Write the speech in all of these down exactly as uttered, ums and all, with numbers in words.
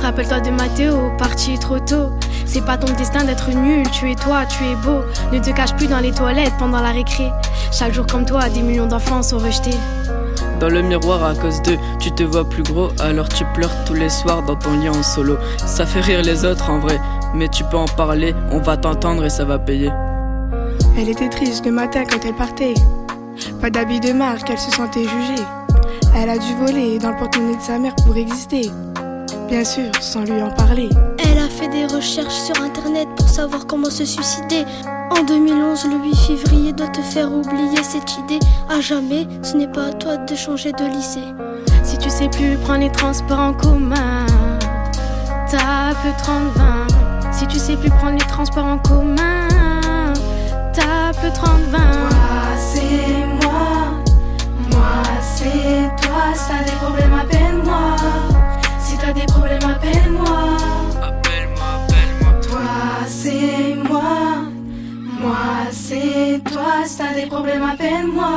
Rappelle-toi de Mathéo, parti trop tôt. C'est pas ton destin d'être nul, tu es toi, tu es beau. Ne te cache plus dans les toilettes pendant la récré. Chaque jour comme toi, des millions d'enfants sont rejetés. Dans le miroir à cause d'eux, tu te vois plus gros. Alors tu pleures tous les soirs dans ton lit en solo. Ça fait rire les autres en vrai, mais tu peux en parler. On va t'entendre et ça va payer. Elle était triste le matin quand elle partait. Pas d'habit de marque, elle se sentait jugée. Elle a dû voler dans le porte-monnaie de sa mère pour exister. Bien sûr, sans lui en parler. Elle a fait des recherches sur internet pour savoir comment se suicider. En deux mille onze, le huit février doit te faire oublier cette idée. À jamais, ce n'est pas à toi de changer de lycée. Si tu sais plus prendre les transports en commun, tape le trente vingt. Si tu sais plus prendre les transports en commun, tape le trente vingt. Toi c'est moi, moi c'est toi. Si t'as des problèmes, appelle-moi. Si t'as des problèmes, appelle-moi. Appelle-moi, appelle-moi. Toi c'est moi, moi c'est toi. Si t'as des problèmes, appelle-moi.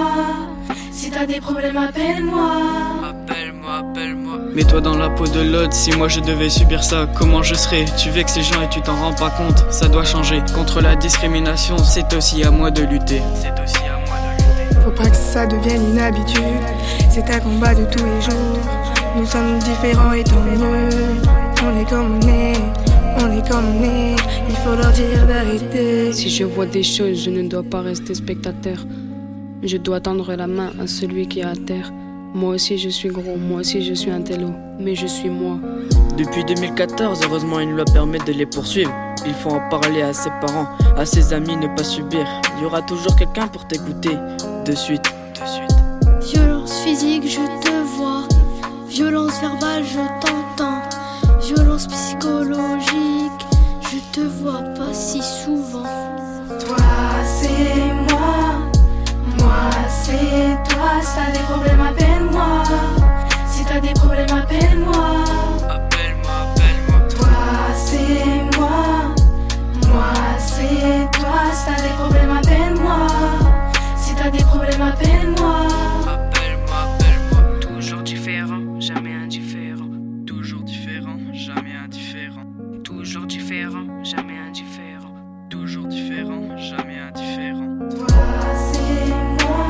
Si t'as des problèmes, appelle-moi. Appelle-moi, appelle-moi. Mets-toi dans la peau de l'autre, si moi je devais subir ça, comment je serais? Tu vexes les gens et tu t'en rends pas compte, ça doit changer. Contre la discrimination, c'est aussi à moi de lutter. C'est aussi à moi de lutter. Faut pas que ça devienne une habitude. C'est un combat de tous les jours. Nous sommes différents et tant mieux. On est comme on est, on est comme on est. Il faut leur dire d'arrêter. Si je vois des choses, je ne dois pas rester spectateur. Je dois tendre la main à celui qui est à terre. Moi aussi je suis gros, moi aussi je suis un télo, mais je suis moi. Depuis deux mille quatorze, heureusement une loi permet de les poursuivre. Il faut en parler à ses parents, à ses amis, ne pas subir. Il y aura toujours quelqu'un pour t'écouter. De suite, de suite. Violence physique, je te vois. Violence verbale, je t'entends. Violence psychologique, je te vois pas si souvent. Toi c'est moi, moi c'est toi. Si t'as des problèmes, appelle-moi. Si t'as des problèmes, appelle-moi. Appelle-moi, appelle-moi. Toi c'est moi, moi c'est toi. Si t'as des problèmes, appelle-moi. Si t'as des problèmes, appelle-moi. Appelle-moi, appelle-moi. Toujours différent, jamais indifférent. Toujours différent, jamais indifférent. Toujours différent, jamais indifférent. Toujours différent, jamais indifférent. Toi c'est moi,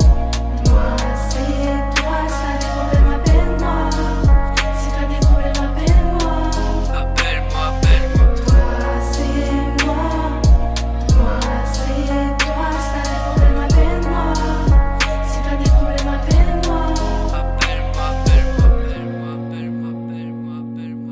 moi c'est toi. Si t'as des problèmes, appelle-moi. Si t'as des problèmes, appelle-moi. Appelle-moi, appelle-moi. Toi c'est moi, moi c'est toi. Si t'as des problèmes, appelle-moi. Si t'as des problèmes, appelle-moi. Appelle-moi, appelle-moi, appelle-moi, appelle-moi, appelle-moi, appelle-moi,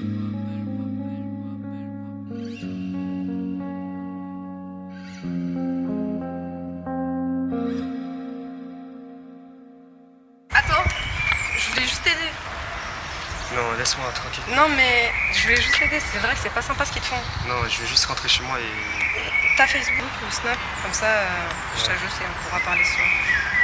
Attends, je voulais juste t'aider. Non, laisse-moi tranquille. Non mais je voulais juste t'aider, c'est vrai que c'est pas sympa ce qu'ils te font. Non, je vais juste rentrer chez moi et... T'as Facebook ou Snap, comme ça euh, je t'ajoute et on pourra parler ce soir.